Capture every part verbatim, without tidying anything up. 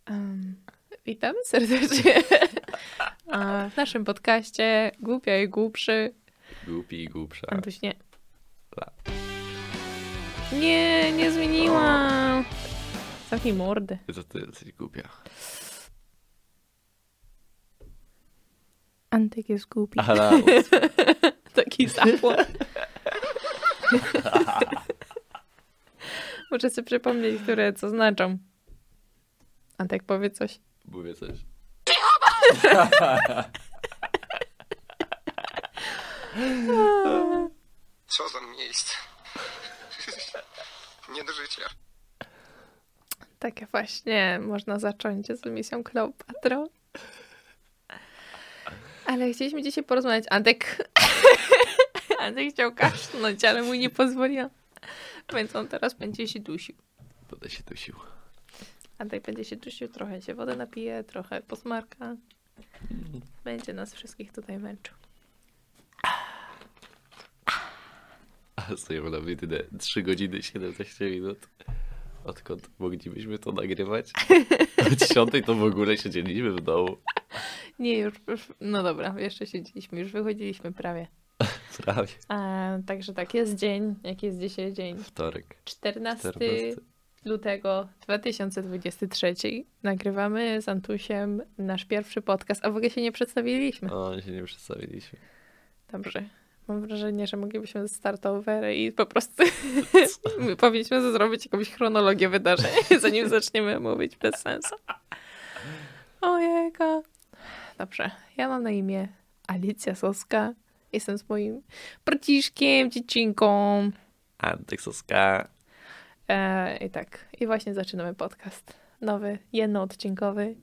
Um, witamy serdecznie w naszym podcaście Głupia i Głupszy. Głupi i głupsza. Antuś, nie. Nie, nie zmieniłam. Zamknij mordę. Co ty jesteś głupia? Antek jest głupi. Ala. Taki zapłon. Muszę sobie przypomnieć, które co znaczą. Antek, powie coś. Mówię coś. Co za miejsce. Nie do życia. Takie właśnie można zacząć z misją Kleopatro. Ale chcieliśmy dzisiaj porozmawiać. Antek... Antek chciał kaszlnąć, ale mu nie pozwoliłam. Więc on teraz będzie się dusił. Będę się dusił. Antek będzie się dusił, trochę się wodę napije, trochę posmarka. Będzie nas wszystkich tutaj męczył. A stoją na jedyne trzy godziny siedemnaście minut. Odkąd moglibyśmy to nagrywać? O dziesiątej to w ogóle siedzieliśmy w domu. Nie, już, już no dobra, jeszcze siedzieliśmy, już wychodziliśmy prawie. Prawie. A, także tak, jest dzień, jaki jest dzisiaj dzień? Wtorek. czternastego czternastego lutego dwa tysiące dwudziestego trzeciego. Nagrywamy z Antusiem nasz pierwszy podcast, a w ogóle się nie przedstawiliśmy. O, się nie przedstawiliśmy. Dobrze. Mam wrażenie, że moglibyśmy startover i po prostu my powinniśmy zrobić jakąś chronologię wydarzeń, zanim zaczniemy mówić bez sensu. Ojejka. Dobrze. Ja mam na imię Alicja Soska. Jestem z moim braciszkiem, dziecinką. Antek Soska. E, I tak. I właśnie zaczynamy podcast. Nowy, jednoodcinkowy.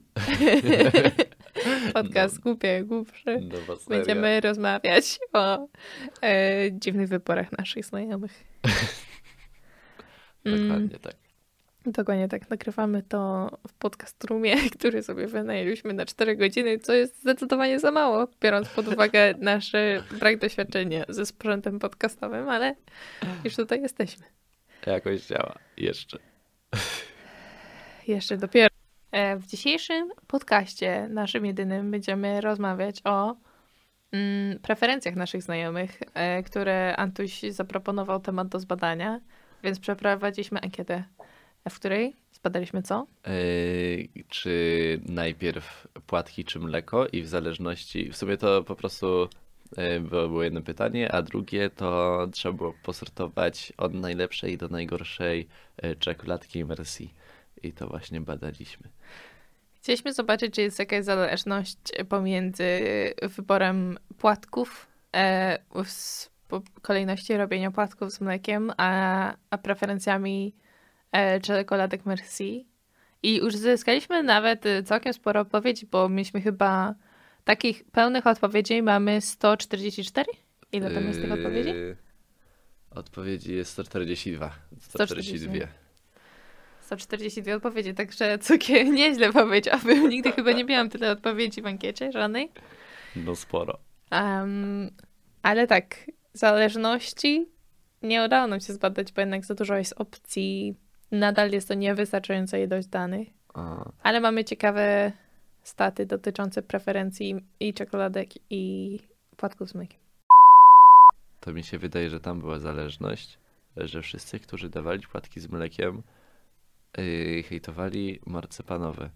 Podcast no. Głupia i Głupszy. Nowa seria. Będziemy rozmawiać o e, dziwnych wyborach naszych znajomych. Dokładnie mm, tak. Dokładnie tak. Nagrywamy to w podcast roomie, który sobie wynajęliśmy na cztery godziny, co jest zdecydowanie za mało, biorąc pod uwagę nasz brak doświadczenia ze sprzętem podcastowym, ale już tutaj jesteśmy. Jakoś działa. Jeszcze. Jeszcze dopiero. W dzisiejszym podcaście, naszym jedynym, będziemy rozmawiać o mm, preferencjach naszych znajomych, e, które Antuś zaproponował temat do zbadania, więc przeprowadziliśmy ankietę, w której zbadaliśmy co? Yy, czy najpierw płatki, czy mleko i w zależności, w sumie to po prostu yy, było, było jedno pytanie, a drugie to trzeba było posortować od najlepszej do najgorszej yy, czekoladki Merci. I to właśnie badaliśmy. Chcieliśmy zobaczyć, czy jest jakaś zależność pomiędzy wyborem płatków, e, w po kolejności robienia płatków z mlekiem, a, a preferencjami e, czekoladek Merci. I już zyskaliśmy nawet całkiem sporo odpowiedzi, bo mieliśmy chyba takich pełnych odpowiedzi mamy sto czterdzieści cztery? Ile tam jest tych odpowiedzi? Yy, odpowiedzi jest sto czterdzieści dwa. sto czterdzieści dwa. sto czterdzieści dwie odpowiedzi, także całkiem nieźle powiedziałabym. Nigdy chyba nie miałam tyle odpowiedzi w ankiecie, żadnej. No sporo. Um, ale tak, zależności nie udało nam się zbadać, bo jednak za dużo jest opcji. Nadal jest to niewystarczająca ilość danych. A. Ale mamy ciekawe staty dotyczące preferencji i czekoladek i płatków z mlekiem. To mi się wydaje, że tam była zależność, że wszyscy, którzy dawali płatki z mlekiem, Yy, hejtowali marcepanowe.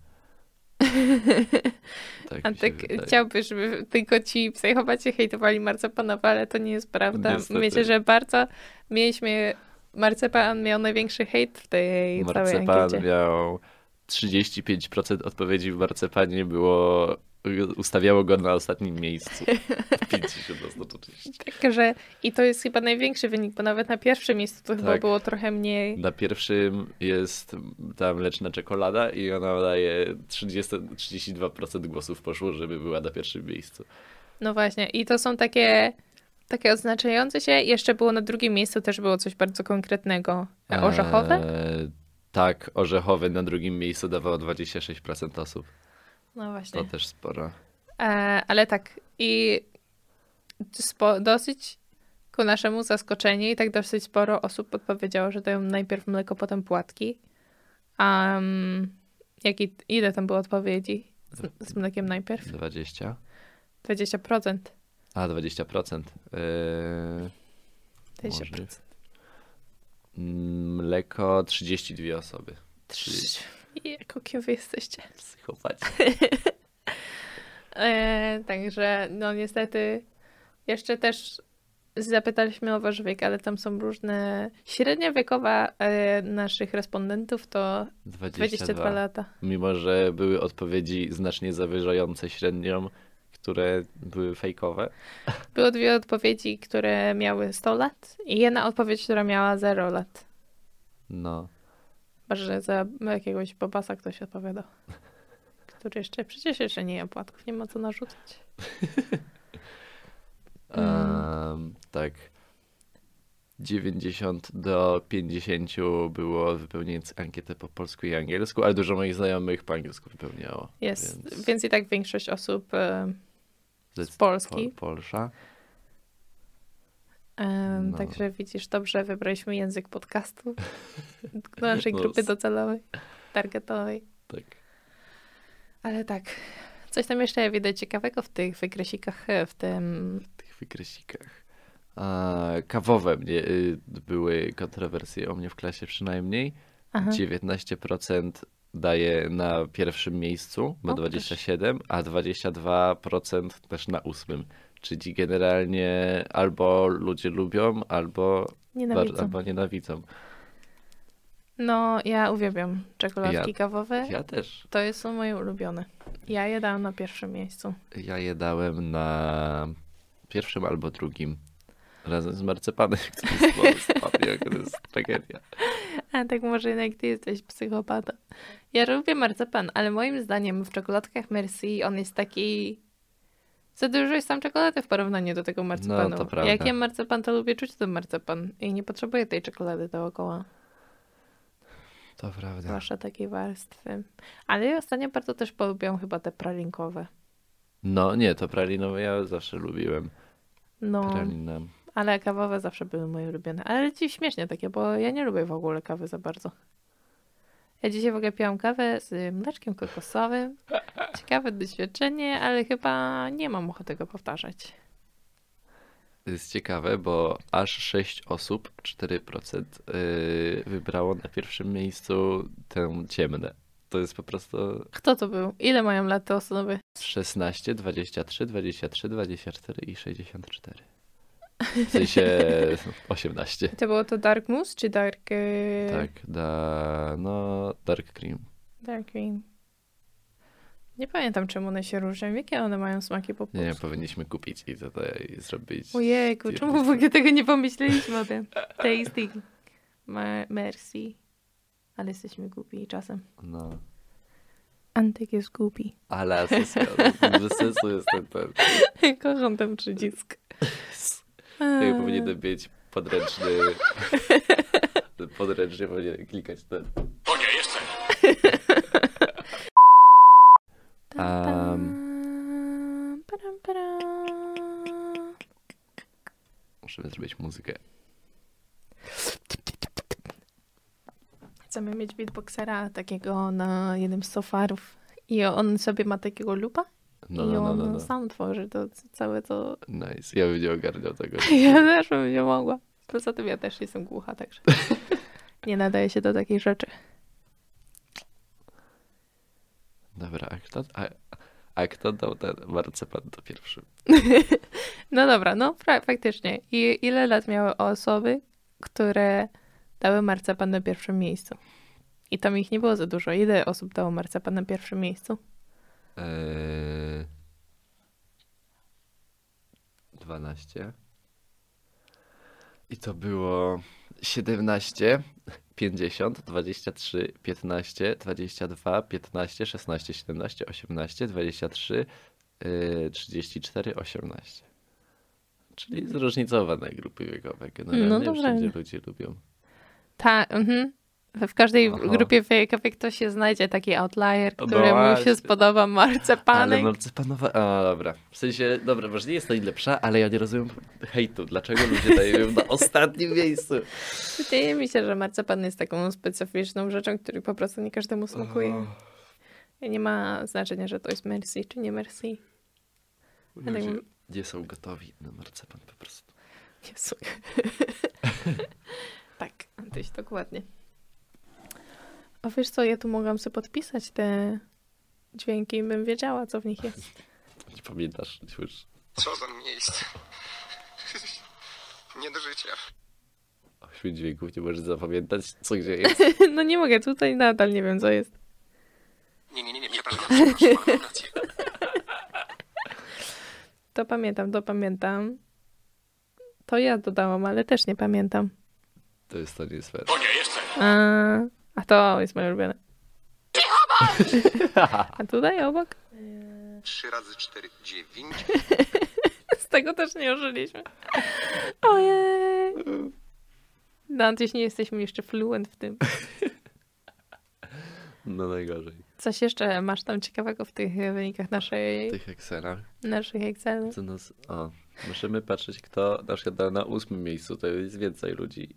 Tak A tak chciałbyś, żeby tylko ci psychopaci hejtowali marcepanowe, ale to nie jest prawda. Niestety. Myślę, że bardzo mieliśmy... Marcepan miał największy hejt w tej Marcepan całej ankiecie. miał trzydzieści pięć procent odpowiedzi w marcepanie było... ustawiało go na ostatnim miejscu. pięćdziesiąt procent oczywiście. Także i to jest chyba największy wynik, bo nawet na pierwszym miejscu to tak. chyba było trochę mniej. Na pierwszym jest ta mleczna czekolada i ona daje trzydzieści, trzydzieści dwa procent głosów poszło, żeby była na pierwszym miejscu. No właśnie. I to są takie, takie odznaczające się. Jeszcze było na drugim miejscu też było coś bardzo konkretnego. Orzechowe? Eee, tak, orzechowe na drugim miejscu dawało dwadzieścia sześć procent osób. No właśnie. To też sporo. E, ale tak i spo, dosyć ku naszemu zaskoczeniu i tak dosyć sporo osób podpowiedziało, że dają najpierw mleko, potem płatki. Um, Jaki, ile tam było odpowiedzi z, z mlekiem najpierw? dwadzieścia. dwadzieścia procent. A, dwadzieścia procent. Yy, dwadzieścia procent. Mleko trzydzieści dwie osoby. Jakie wy jesteście? Psychopaci. e, także no niestety jeszcze też zapytaliśmy o wasz wiek, ale tam są różne... Średnia wiekowa e, naszych respondentów to dwadzieścia dwa lata. Mimo, że były odpowiedzi znacznie zawyżające średnią, które były fejkowe. Były dwie odpowiedzi, które miały sto lat i jedna odpowiedź, która miała zero lat. No. Chyba, że za jakiegoś bobasa ktoś odpowiadał. Który jeszcze, przecież jeszcze nie je płatków, nie ma co narzucać. Um, tak. dziewięćdziesiąt do pięćdziesięciu było wypełniając ankietę po polsku i angielsku, ale dużo moich znajomych po angielsku wypełniało. Jest, więc, więc i tak większość osób e, z Polski. Pol, Polsza. Um, no. Także widzisz, dobrze wybraliśmy język podcastu do naszej No, grupy docelowej, targetowej. Tak. Ale tak, coś tam jeszcze widać ciekawego w tych wykresikach, w tym... W tych wykresikach. A, kawowe mnie, y, były kontrowersje o mnie w klasie przynajmniej. Aha. dziewiętnaście procent daje na pierwszym miejscu, bo o, dwadzieścia siedem procent, a dwadzieścia dwa procent też na ósmym. Czyli generalnie albo ludzie lubią, albo nienawidzą. Albo nienawidzą. No, ja uwielbiam czekoladki ja, kawowe. Ja też. To są moje ulubione. Ja je dałam na pierwszym miejscu. Ja je dałem na pierwszym albo drugim. Razem z marcepanem, który spadnie, to jest tragedia. A tak może jednak ty jesteś psychopatą. Ja lubię marcepan, ale moim zdaniem w czekoladkach Merci on jest taki... Za dużo jest tam czekolady w porównaniu do tego marcepanu. No, to prawda. Jak jem marcepan, to lubię czuć ten marcepan i nie potrzebuję tej czekolady dookoła. To prawda. Zwłaszcza takiej warstwy. Ale ja ostatnio bardzo też polubiłam chyba te pralinkowe. No nie, to pralinowe ja zawsze lubiłem. No, Pralina. ale kawowe zawsze były moje ulubione. Ale ci śmiesznie takie, bo ja nie lubię w ogóle kawy za bardzo. Ja dzisiaj w ogóle piłam kawę z mleczkiem kokosowym. Ciekawe doświadczenie, ale chyba nie mam ochoty go powtarzać. To jest ciekawe, bo aż sześć osób, cztery procent yy, wybrało na pierwszym miejscu tę ciemne. To jest po prostu... Kto to był? Ile mają lat te osoby? szesnaście, dwadzieścia trzy, dwadzieścia trzy, dwadzieścia cztery i sześćdziesiąt cztery. W sensie osiemnaście. To było to Dark Mousse czy Dark... Yy... Tak, da, no Dark Cream. Dark Cream. Nie pamiętam, czemu one się różnią. Jakie one mają smaki po prostu? Nie, powinniśmy kupić i tutaj zrobić... Ojejku, czemu w ogóle tego nie pomyśleliśmy o tym? Tasting. Ma- merci. Ale jesteśmy głupi czasem. No. Antek jest głupi. Ale bez sensu jest ten, ten. Kocham ten przycisk. Jak powinien być podręczny... Podręcznie powinien klikać ten... O nie, jeszcze! Um, musimy zrobić muzykę. Chcemy mieć beatboxera takiego na jednym z sofarów i on sobie ma takiego lupa no, i no, on no, no, no. sam tworzy to całe to. Nice. Ja bym nie ogarniał tego. Ja też bym nie mogła. Poza tym ja też jestem głucha, także nie nadaje się do takich rzeczy. Dobra, a kto, a, a kto dał ten marcepan do pierwszym? No dobra, no pra- faktycznie. I ile lat miały osoby, które dały marcepan na pierwszym miejscu? I tam ich nie było za dużo. Ile osób dało marcepan na pierwszym miejscu? Eee, dwanaście. I to było siedemnaście, pięćdziesiąt, dwadzieścia trzy, piętnaście, dwadzieścia dwa, piętnaście, szesnaście, siedemnaście, osiemnaście, dwadzieścia trzy, yy, trzydzieści cztery, osiemnaście. Czyli zróżnicowane grupy wiekowe. Generalnie No dobra. wszędzie ludzie lubią. Tak, mhm. W każdej Aha. grupie wiekowej ktoś się znajdzie taki outlier, No któremu właśnie. się spodoba marcepanek. Ale marcepanowa... A, dobra. W sensie, dobra, może nie jest najlepsza, ale ja nie rozumiem hejtu. Dlaczego ludzie dają ją na ostatnim miejscu? Wydaje mi się, że marcepan jest taką specyficzną rzeczą, której po prostu nie każdemu smakuje. Oh, Nie ma znaczenia, że to jest merci czy nie merci. Ludzie tak- nie są gotowi na marcepan po prostu. Jezu. Tak, Antyś, dokładnie. A wiesz co, ja tu mogłam sobie podpisać te dźwięki i bym wiedziała, co w nich jest. Nie pamiętasz, już. Co za miejsce. Nie do życia. Ośmiu dźwięków nie możesz zapamiętać, co gdzie jest. No nie mogę, tutaj nadal nie wiem, co jest. Nie, nie, nie, nie, przepraszam, przepraszam, mam rację. To pamiętam, to pamiętam. To ja dodałam, ale też nie pamiętam. To jest to nie jest fair. O nie, jeszcze. A, a to jest moje ulubione. A tutaj obok? Trzy razy cztery, dziewięć. Z tego też nie użyliśmy. Ojej. No, Antyś, nie jesteśmy jeszcze fluent w tym. No najgorzej. Coś jeszcze masz tam ciekawego w tych wynikach naszej, W tych Excelach. naszych Excel? Co nas... O, możemy patrzeć, kto na przykład na ósmym miejscu, to jest więcej ludzi.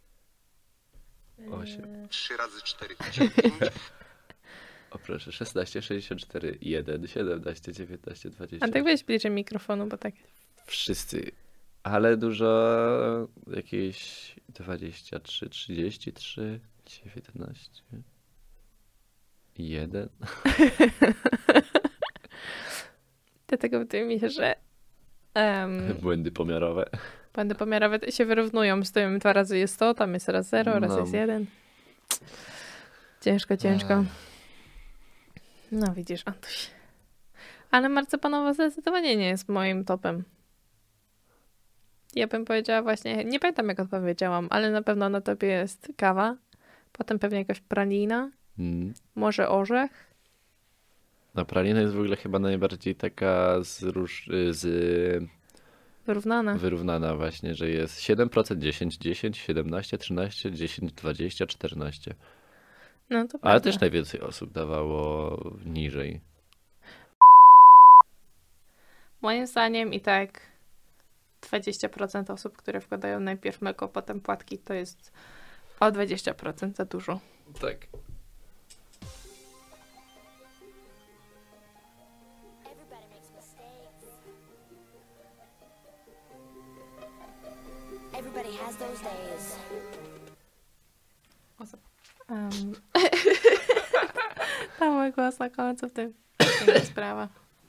Osiem. Trzy razy cztery, dziewięć. O proszę, szesnaście, sześćdziesiąt cztery, jeden, siedemnaście, dziewiętnaście, dwadzieścia. A tak weź bliżej mikrofonu, bo tak... Wszyscy. Ale dużo jakieś dwadzieścia trzy, trzydzieści trzy, dziewiętnaście, jeden. Dlatego wydaje mi się, że um, Błędy pomiarowe. błędy pomiarowe się wyrównują. Z tym dwa razy jest sto, tam jest raz zero, raz No. jest jeden. Ciężko, ciężko. Ech. No widzisz, Antuś. Ale marcepanowa zdecydowanie nie jest moim topem. Ja bym powiedziała właśnie, nie pamiętam jak odpowiedziałam, ale na pewno na topie jest kawa, potem pewnie jakaś pralina, Mm. może orzech. No pralina jest w ogóle chyba najbardziej taka z, róż, z Wyrównana. wyrównana właśnie, że jest siedem procent, dziesięć, dziesięć, siedemnaście, trzynaście, dziesięć, dwadzieścia, czternaście. No to Ale prawda. też najwięcej osób dawało niżej. Moim zdaniem i tak dwadzieścia procent osób, które wkładają najpierw mleko, potem płatki, to jest o dwadzieścia procent za dużo. Tak. Everybody makes mistakes. Everybody has those days. Um. Tam mój głos na końcu w tym. Inna sprawa.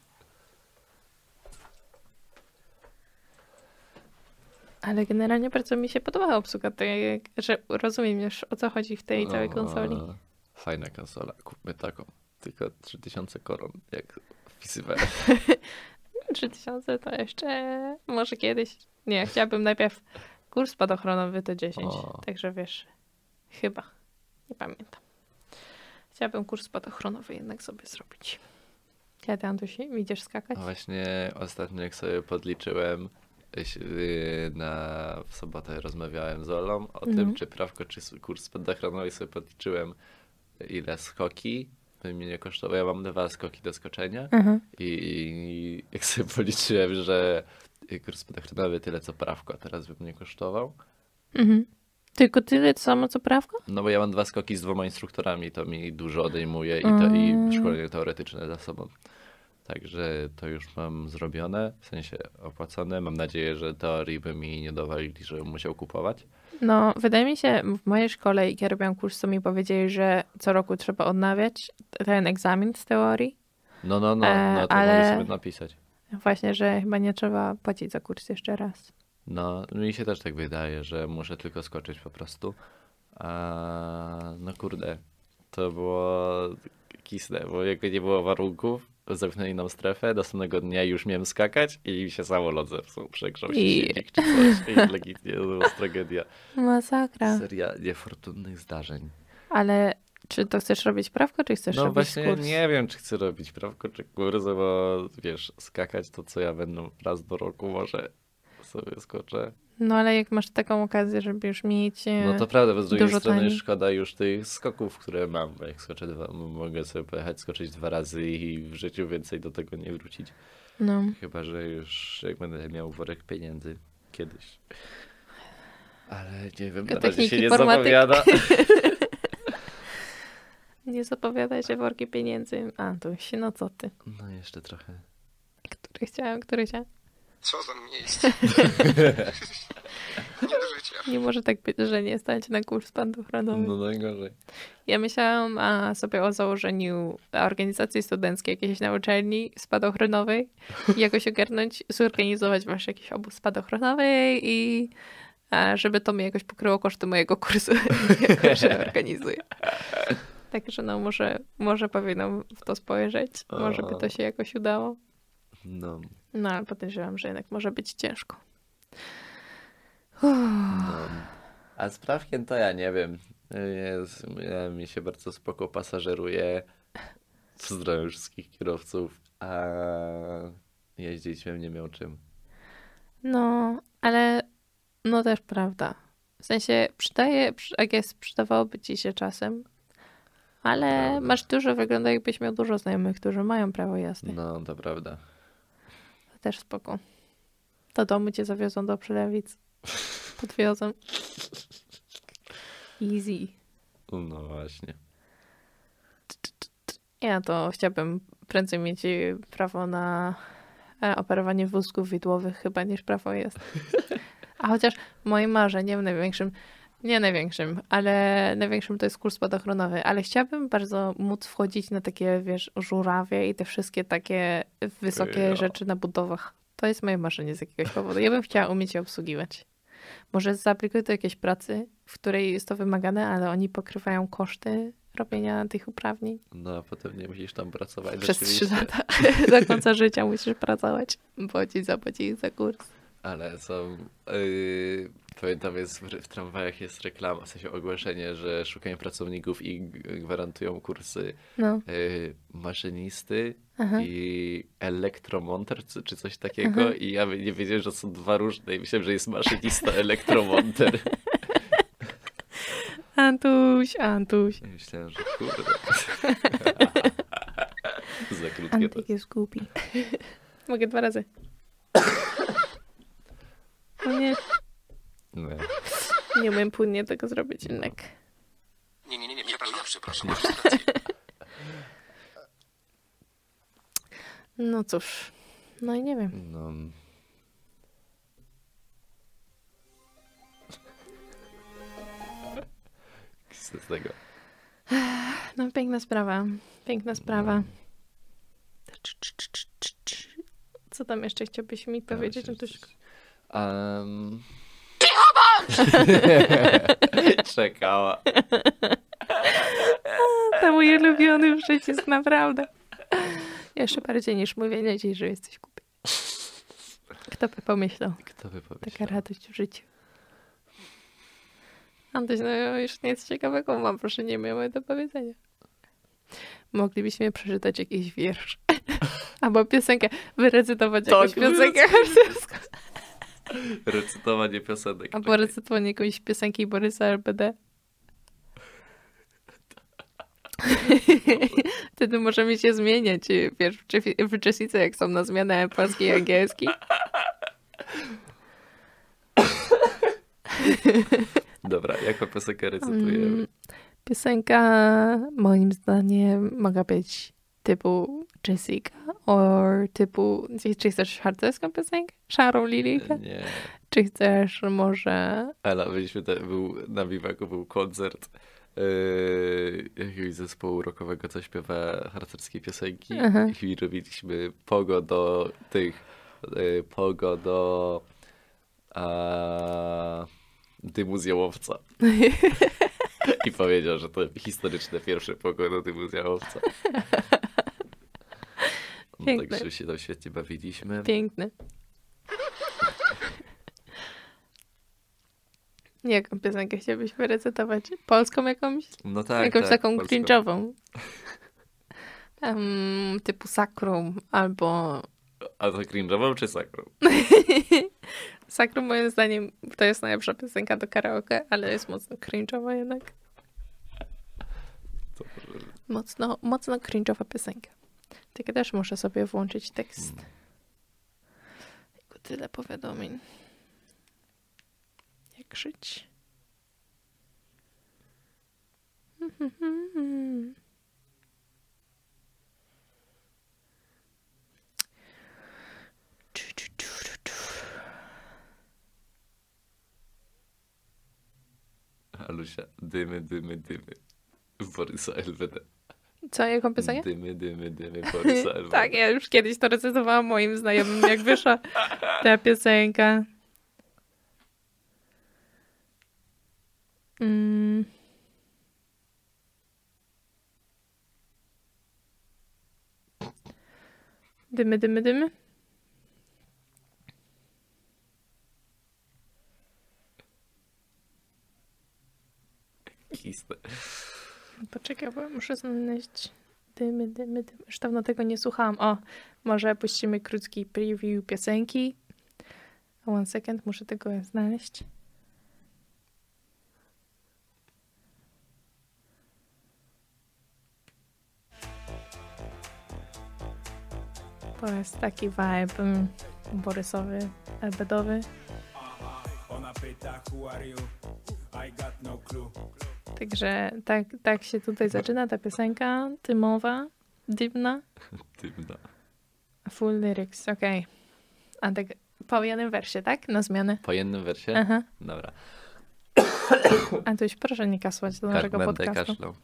Ale generalnie bardzo mi się podobała obsługa tej, że rozumiem już o co chodzi w tej całej konsoli. O, fajna konsola, kupmy taką. Tylko trzy tysiące koron, jak wpisywałem. trzy tysiące to jeszcze może kiedyś. Nie, chciałabym najpierw kurs spadochronowy to dziesięć. O. Także wiesz, chyba. Nie pamiętam. Chciałabym kurs spadochronowy jednak sobie zrobić. Kiedy, Antusi, idziesz skakać? A właśnie ostatnio jak sobie podliczyłem, yy, na, w sobotę rozmawiałem z Olą o Mhm. tym, czy prawko, czy kurs spadochronowy, sobie podliczyłem ile skoki by mnie nie kosztowało. Ja mam dwa skoki do skoczenia Mhm. i, i jak sobie policzyłem, że kurs spadochronowy tyle co prawko, a teraz by mnie kosztował. Mhm. Tylko tyle samo co prawko? No bo ja mam dwa skoki z dwoma instruktorami, to mi dużo odejmuje i, to, i Mm. szkolenie teoretyczne za sobą. Także to już mam zrobione, w sensie opłacone. Mam nadzieję, że teorii by mi nie dowalili, żebym musiał kupować. No, wydaje mi się, w mojej szkole, jak ja robiłam kurs, to mi powiedzieli, że co roku trzeba odnawiać ten egzamin z teorii. No, no, no, E, no to ale- mogę sobie napisać. Właśnie, że chyba nie trzeba płacić za kurs jeszcze raz. No, mi się też tak wydaje, że muszę tylko skoczyć po prostu. A, no kurde, to było kisne, bo jak nie było warunków, zamknęli nam strefę, następnego dnia już miałem skakać i mi się samolot zepsuł, przegrzał się I- silnik czy coś i legitnie to była tragedia. Masakra. Seria niefortunnych zdarzeń. Ale czy to chcesz robić prawko, czy chcesz No robić właśnie kurs? nie wiem, czy chcę robić prawko, czy kursy, bo wiesz, skakać to co ja będę raz do roku może sobie skoczę. No ale jak masz taką okazję, żeby już mieć... e, No to prawda, bo z drugiej dużo strony taniej. szkoda już tych skoków, które mam, bo jak skoczę dwa, mogę sobie pojechać skoczyć dwa razy i w życiu więcej do tego nie wrócić. No. Chyba, że już jak będę miał worek pieniędzy kiedyś. Ale nie wiem, na razie Techniki się nie formatyk. zapowiada. Nie zapowiadaj się worki pieniędzy. Antuś, no co ty? No jeszcze trochę. Który chciałem, który chciałem? Co za miejsce. Nie do życia. Nie może tak być, że nie stać na kurs spadochronu. No najgorzej. Ja myślałam a, sobie o założeniu organizacji studenckiej jakiejś na uczelni spadochronowej i jakoś ogarnąć, zorganizować właśnie jakiś obóz spadochronowy i a, żeby to mi jakoś pokryło koszty mojego kursu, jako że organizuję. Także no może, może powinnam w to spojrzeć. Może by to się jakoś udało. No, No ale podejrzewam, że jednak może być ciężko. no. A z prawkiem to ja nie wiem. Jest, ja, mi się bardzo spoko pasażeruje. Pozdrawiam wszystkich kierowców. A jeździć bym nie miał czym. No, ale no też prawda. W sensie przydaje, przy- jak jest, przydawałoby ci się czasem, ale Prawda. masz dużo, wygląda jakbyś miał dużo znajomych, którzy mają prawo jazdy. No, to prawda. To też spoko. Do domu cię zawiozą do Przylewic. Podwiozą. Easy. No właśnie. Ja to chciałabym prędzej mieć y, prawo na e, operowanie wózków widłowych chyba niż prawo jest. A chociaż moim marzeniem największym, nie największym, ale największym to jest kurs spadochronowy, ale chciałabym bardzo móc wchodzić na takie, wiesz, żurawie i te wszystkie takie wysokie Ja. rzeczy na budowach. To jest moje marzenie z jakiegoś powodu. Ja bym chciała umieć je obsługiwać. Może zaaplikuję do jakiejś pracy, w której jest to wymagane, ale oni pokrywają koszty robienia tych uprawnień. No, a potem nie musisz tam pracować. Przez trzy rzeczywiście. lata do końca życia musisz pracować, bo ci zapłacili za kurs. Ale są... Yy, pamiętam, jest w, w tramwajach jest reklama, w sensie ogłoszenie, że szukają pracowników i g- gwarantują kursy No. yy, maszynisty Aha. i elektromonter, czy, czy coś takiego. I ja nie wiedziałem, że są dwa różne i myślałem, że jest maszynista, elektromonter. Antuś, Antuś. I myślałem, że kurde. Za krótkie to Antek jest głupi. Mogę dwa razy. O nie, nie. nie umiem płynnie tego zrobić jednak. Nie, nie, nie, nie, przepraszam, przepraszam. masz rację. No cóż, no i nie wiem. No. Co z tego? No piękna sprawa, piękna sprawa. Co tam jeszcze chciałbyś mi powiedzieć? się Antuś? Um... Czekała. To mój ulubiony przycisk, naprawdę. Jeszcze bardziej niż mówienie ci, że jesteś głupi. Kto by pomyślał? Kto by Taka pomyślał? radość w życiu. Antoś, no już nic ciekawego mam, proszę, nie miałem do powiedzenia. Moglibyśmy przeczytać jakiś wiersz. Albo piosenkę, wyrecytować Tak, jakąś piosenkę harcerską. Recytowanie piosenek. Albo czekaj. recytowanie jakąś piosenki Borysa R B D. Wtedy możemy się zmieniać, wiesz, w Czesi- w Czesice, jak są na zmianę polski i angielski. Dobra, jaką piosenkę recytujemy? Mm, Piosenka moim zdaniem mogła być typu Jessica, or typu, czy chcesz harcerską piosenkę? Szarą lilikę? Nie. Czy chcesz może... Ale byliśmy, te, był, na Vivaku był koncert yy, jakiegoś zespołu rockowego, co śpiewa harcerskie piosenki Aha. i robiliśmy pogo do tych, yy, pogo do a, dymu z jałowca. I powiedział, że to historyczne pierwsze pogo do dymu z jałowca. No, Piękne. także się tam świetnie bawiliśmy. Piękny. Jaką piosenkę chciałbyś wyrecytować? Polską jakąś? No tak, jakąś tak, taką polską. cringe'ową. Um, typu Sakrum albo... A to cringe'ową czy sakrą? Sakrum moim zdaniem to jest najlepsza piosenka do karaoke, ale jest mocno cringe'owa jednak. To może... Mocno, mocno cringe'owa piosenka. Tylko też muszę sobie włączyć tekst. Tylko tyle powiadomień. Jak żyć? Alusia, dymy, dymy, dymy. Borysa L W D. Co, jaką piosenkę? Dymy, dymy, dymy, Borysa L W D. Tak, ja już kiedyś to recytowałam moim znajomym, jak wyszła ta piosenka. Mm. Dymy, dymy, dymy. Kisnę. Poczekaj, bo muszę znaleźć dymy, dymy, dymy. Już dawno tego nie słuchałam. O, może puścimy krótki preview piosenki. One second, muszę tego znaleźć. To jest taki vibe mm, borysowy, elbedowy. Ona pyta, who are you? I got no clue. Także tak, tak się tutaj zaczyna ta piosenka tymowa, dymna. Dymna. Full lyrics, okej. A tak po jednym wersie, tak? Na zmianę. Po jednym wersie? Aha. Dobra. A to już proszę nie kasłać do naszego Tak, będę podcastu. kaszlał.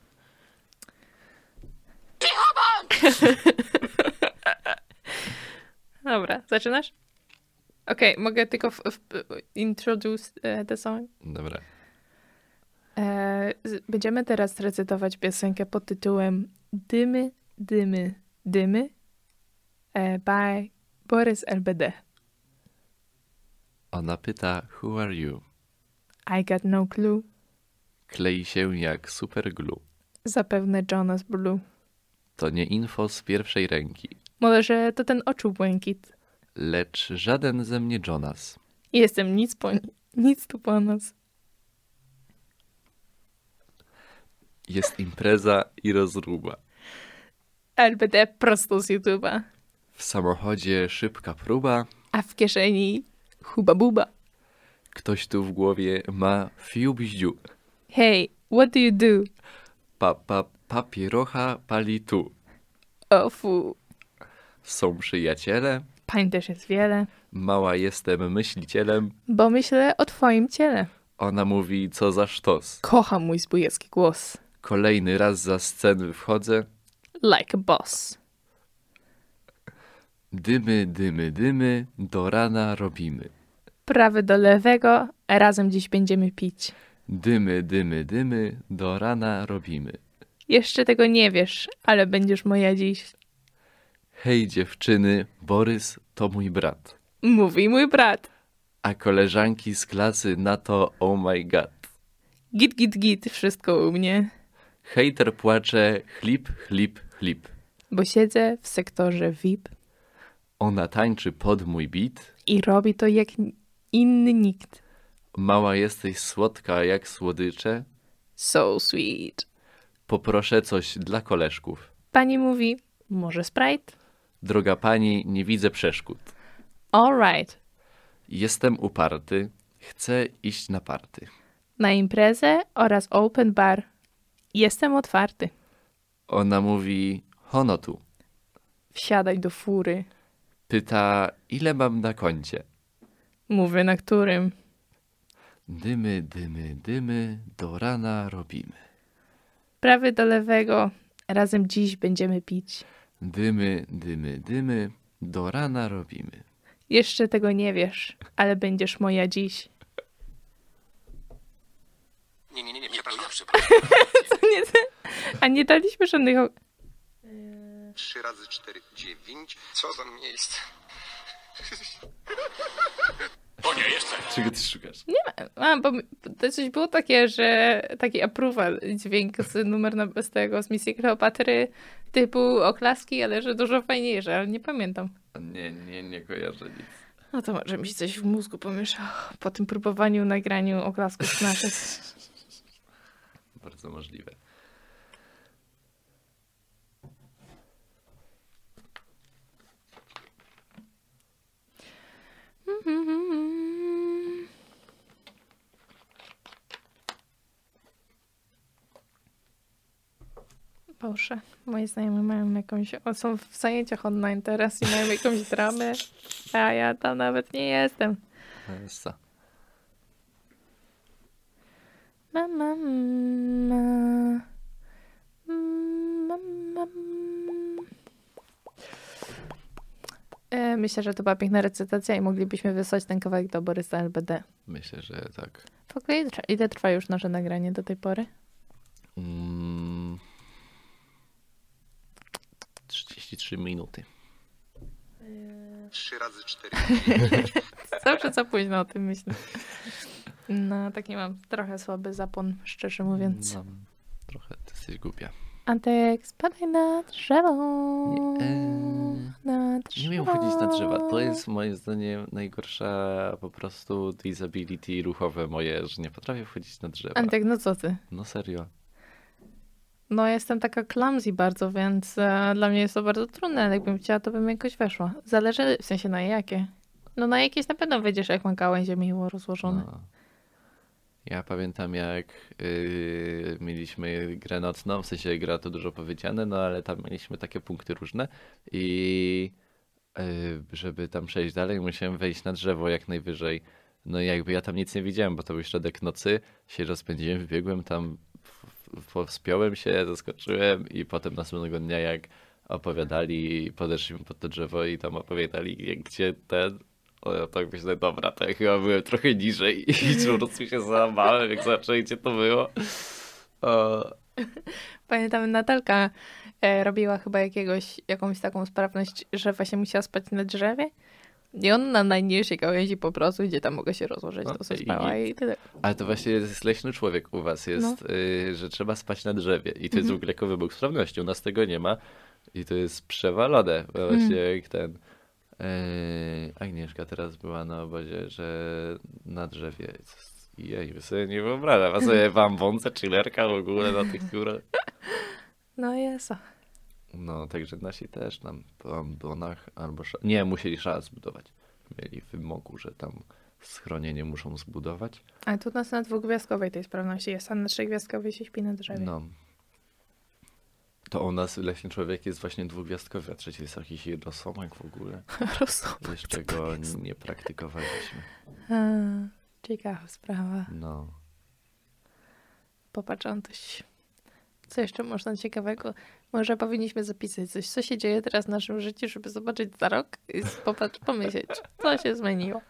Dobra, zaczynasz? Okej, mogę tylko w, w, introduce e, the song. Dobra. E, z- będziemy teraz recytować piosenkę pod tytułem Dymy, dymy, dymy e, by Borys L B D. Ona pyta, who are you? I got no clue. Klei się jak superglue. Zapewne Jonas Blue. To nie info z pierwszej ręki, Może to ten oczu błękit. lecz żaden ze mnie Jonas. Jestem nic po nic tu po nas. Jest impreza i rozruba. L B D prosto z YouTube'a. W samochodzie szybka próba. A w kieszeni huba buba. Ktoś tu w głowie ma fiu bździu. Hey, what do you do? Pa, pa, papierocha pali tu. O fu, Są przyjaciele. pań też jest wiele. Mała jestem myślicielem. Bo myślę o twoim ciele. Ona mówi, co za sztos. Kocham mój zbójecki głos. Kolejny raz za scenę wchodzę. Like a boss. Dymy, dymy, dymy, do rana robimy. Prawy do lewego, a razem dziś będziemy pić. Dymy, dymy, dymy, do rana robimy. Jeszcze tego nie wiesz, ale będziesz moja dziś. Hej dziewczyny, Borys to mój brat. Mówi mój brat. A koleżanki z klasy na to oh my god. Git, git, git, wszystko u mnie. Hejter płacze, chlip, chlip, chlip. Bo siedzę w sektorze V I P Ona tańczy pod mój beat. i robi to jak inny nikt. Mała jesteś słodka jak słodycze. So sweet. Poproszę coś dla koleżków. Pani mówi, może Sprite? Droga pani, nie widzę przeszkód. Alright. Jestem uparty, chcę iść na party. Na imprezę oraz open bar. Jestem otwarty. Ona mówi, hono tu. Wsiadaj do fury. Pyta, ile mam na koncie. Mówię, na którym. Dymy, dymy, dymy, do rana robimy. Prawy do lewego. Razem dziś będziemy pić. Dymy, dymy, dymy, do rana robimy. Jeszcze tego nie wiesz, ale będziesz moja dziś. Nie, nie, nie, nie, nieprawda, przepraszam. To nie te... A nie daliśmy żadnych... o- Trzy razy cztery, dziewięć. Co za miejsce? O nie, jeszcze. Czego ty szukasz? A, bo mi- to coś było takie, że taki approval dźwięk z numer na, z tego, z misji Kleopatry typu oklaski, ale że dużo fajniejsze, ale nie pamiętam. Nie, nie, nie kojarzę nic. No to może mi się coś w mózgu pomieszało po tym próbowaniu, nagraniu oklasków naszych. Bardzo możliwe. Boże, moi znajomi mają jakąś, o, są w zajęciach online teraz i mają jakąś dramę, a ja tam nawet nie jestem. Essa. Ma, ma, ma. Ma, ma, ma. E, Myślę, że to była piękna recytacja i moglibyśmy wysłać ten kawałek do Borysa L B D. Myślę, że tak. W ogóle ile, ile trwa już nasze nagranie do tej pory? Mm, trzydzieści trzy minuty. trzy razy cztery. Zawsze za późno o tym myślę. No, taki mam trochę słaby zapon, szczerze mówiąc. No, trochę ty jesteś głupia. Antek, spadaj na drzewo. Nie, eee, Na drzewo. Nie umiem chodzić na drzewa. To jest moim zdaniem najgorsza po prostu disability ruchowe moje, że nie potrafię wchodzić na drzewa. Antek, no co ty? No serio. No, jestem taka clumsy bardzo, więc e, dla mnie jest to bardzo trudne. Ale jakbym chciała, to bym jakoś weszła. Zależy, w sensie na jakie. No na jakieś na pewno wejdziesz, jak ma gałęzie miło rozłożone. No. Ja pamiętam, jak yy, mieliśmy grę nocną, w sensie gra to dużo powiedziane, no ale tam mieliśmy takie punkty różne i yy, żeby tam przejść dalej, musiałem wejść na drzewo jak najwyżej. No i jakby ja tam nic nie widziałem, bo to był środek nocy, się rozpędziłem, wybiegłem tam, w- w- wspiąłem się, zaskoczyłem i potem następnego dnia jak opowiadali, podeszliśmy pod to drzewo i tam opowiadali, jak gdzie ten... O, ja tak myślę, dobra, to ja chyba byłem trochę niżej i po prostu się załamałem, jak zacząłem, gdzie to było. O, Pamiętam, Natalka e, robiła chyba jakiegoś, jakąś taką sprawność, że właśnie musiała spać na drzewie. I on na najniższej gałęzi po prostu, gdzie tam mogę się rozłożyć, No to sobie i spała git. i tyle. ale to właśnie jest leśny człowiek u was, jest, y, że trzeba spać na drzewie i to jest w ogóle jako wymóg sprawności, u nas tego nie ma i to jest przewalone, bo właśnie jak ten... Yy, Agnieszka teraz była na obozie, że na drzewie. Jej, wy sobie nie wyobrażam. A sobie wam wące, chillerka w ogóle na tych górach. No jest. No, także nasi też tam po ambonach albo... Sz... Nie, musieli szal zbudować. Mieli wymogu, że tam schronienie muszą zbudować. Ale tu nas na dwugwiazdkowej tej sprawności jest, a na trzygwiazdkowej się śpi na drzewie. No. To u nas leśny człowiek jest właśnie dwugwiazdkowy, a trzeci jest jakiś jednosomak w ogóle. Rozum. Jeszcze go nie praktykowaliśmy. A, ciekawa sprawa. No. Popatrzę coś. Co jeszcze można ciekawego? Może powinniśmy zapisać coś, co się dzieje teraz w naszym życiu, żeby zobaczyć za rok i popatrz, pomyśleć, co się zmieniło.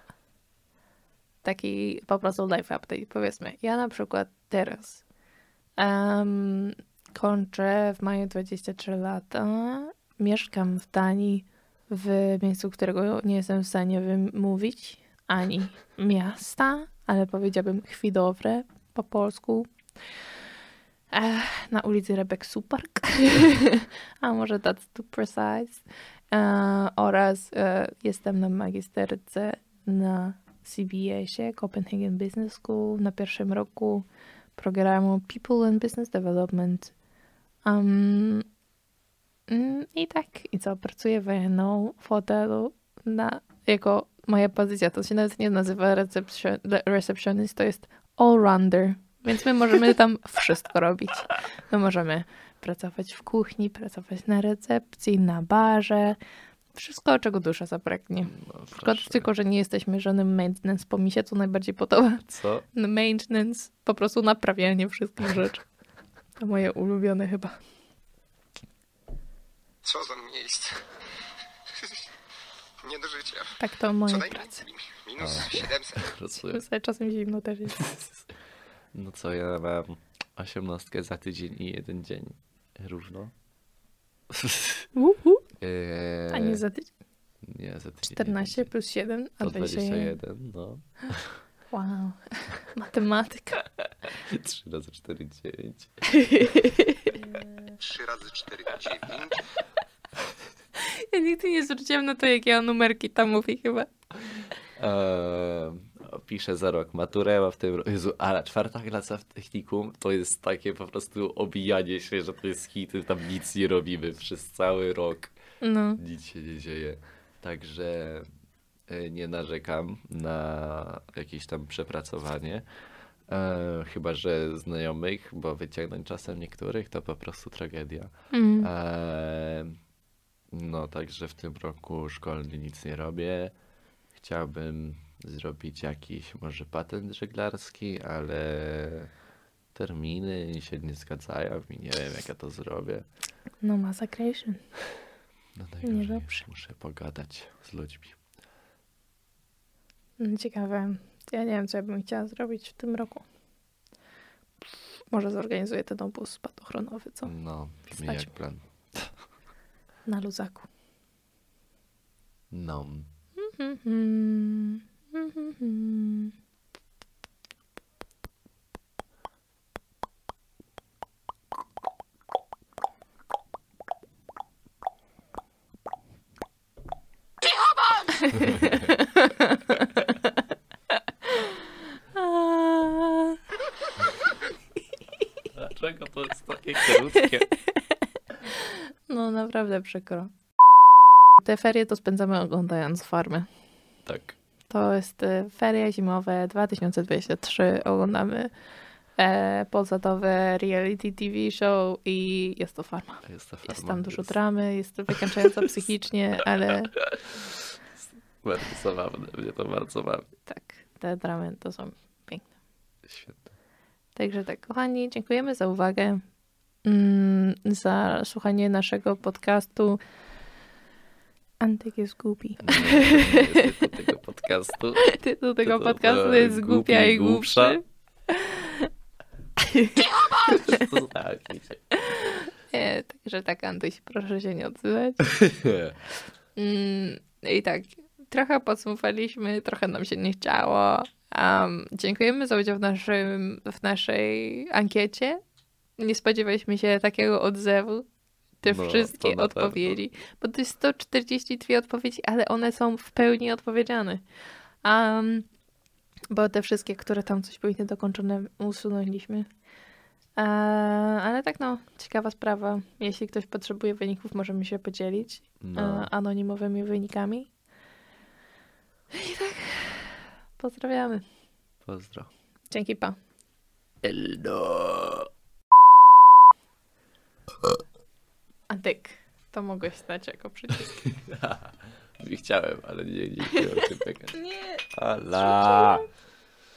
Taki po prostu life update, powiedzmy. Ja na przykład teraz um, kończę w maju dwadzieścia trzy lata. Mieszkam w Danii, w miejscu, którego nie jestem w stanie wymówić, ani miasta, ale powiedziałabym chwidowe po polsku. Ech, na ulicy Rebek Supark, a może that's too precise. E, oraz e, jestem na magisterce na C B S-ie, Copenhagen Business School, na pierwszym roku programu People and Business Development. Um, mm, I tak, i co, pracuję w jedną fotelu na, jako moja pozycja, to się nawet nie nazywa reception, receptionist, to jest all-rounder. Więc my możemy tam wszystko robić. My możemy pracować w kuchni, pracować na recepcji, na barze. Wszystko, czego dusza zapragnie. No, Szkoda proszę. tylko, że nie jesteśmy żadnym maintenance, bo mi się to najbardziej podoba. Co? No, maintenance, po prostu naprawianie wszystkich rzeczy. To moje ulubione chyba. Co za miejsce. Nie do życia. Tak to Co moje najmniej prace. minus siedemset. Pracuję. Sobie czasem zimno też jest. No co, ja mam osiemnastkę za tydzień i jeden dzień. Równo. Uhu. Eee, A nie za tydzień? Nie, za tydzień. czternaście plus siedem, a To dwadzieścia dwadzieścia jeden. jeden, no. Wow. Matematyka. trzy razy cztery, dziewięć. trzy razy cztery, dziewięć. Ja nigdy nie zwróciłam na to, jakie on numerki tam mówi chyba. Eee, piszę za rok maturę, a w tym roku... Jezu, ale czwarta klasa w technikum to jest takie po prostu obijanie się, że to jest hit, tam nic nie robimy przez cały rok. No. Nic się nie dzieje. Także e, nie narzekam na jakieś tam przepracowanie. E, chyba że znajomych, bo wyciągnąć czasem niektórych to po prostu tragedia. Mm. E, no także w tym roku szkolny nic nie robię. Chciałbym zrobić jakiś może patent żeglarski, ale terminy się nie zgadzają i nie wiem, jak ja to zrobię. No massacration. No najgorzej, Niedobrze. muszę pogadać z ludźmi. No, ciekawe. Ja nie wiem, co ja bym chciała zrobić w tym roku. Może zorganizuję ten obóz spadochronowy, co? No, brzmi Stać jak plan. Na luzaku. No. Mhm. Mhm. A, Dlaczego to jest takie krótkie? No naprawdę przykro. Te ferie to spędzamy oglądając Farmę. Tak. To jest e, ferie zimowe dwa tysiące dwudziesty trzeci. Oglądamy e, pozatowe reality T V show i jest to Farma. Jest, ta Jest farma, tam dużo jest dramy, jest to wykańczająco psychicznie, ale bardzo zabawne. Mnie to bardzo bawi. tak, te dramy to są piękne. Świetne. Także tak, kochani, dziękujemy za uwagę, mm, za słuchanie naszego podcastu. Antyk jest głupi. Nie, to nie jest tytuł tego podcastu. Tytuł tego To- to- podcastu to jest Głupi Głupia i i Głupsza. Głupszy. Tak, Nie, także tak, Antyś, proszę się nie odzywać. Mm, I tak, trochę podsumowaliśmy, trochę nam się nie chciało. Um, dziękujemy za udział w, naszym, w naszej ankiecie. Nie spodziewaliśmy się takiego odzewu. Te No, wszystkie to na odpowiedzi. Bo to jest sto czterdzieści dwie odpowiedzi, ale one są w pełni odpowiedziane. Um, bo te wszystkie, które tam coś były niedokończone, usunęliśmy. E, ale tak no, ciekawa sprawa. Jeśli ktoś potrzebuje wyników, możemy się podzielić No. e, anonimowymi wynikami. I tak, pozdrawiamy. Pozdro. Dzięki, pa. Hello. Antyk, to mogłeś stać jako przycisk. Chciałem, ale nie, nie chciałem się pekać. Nie. Ala.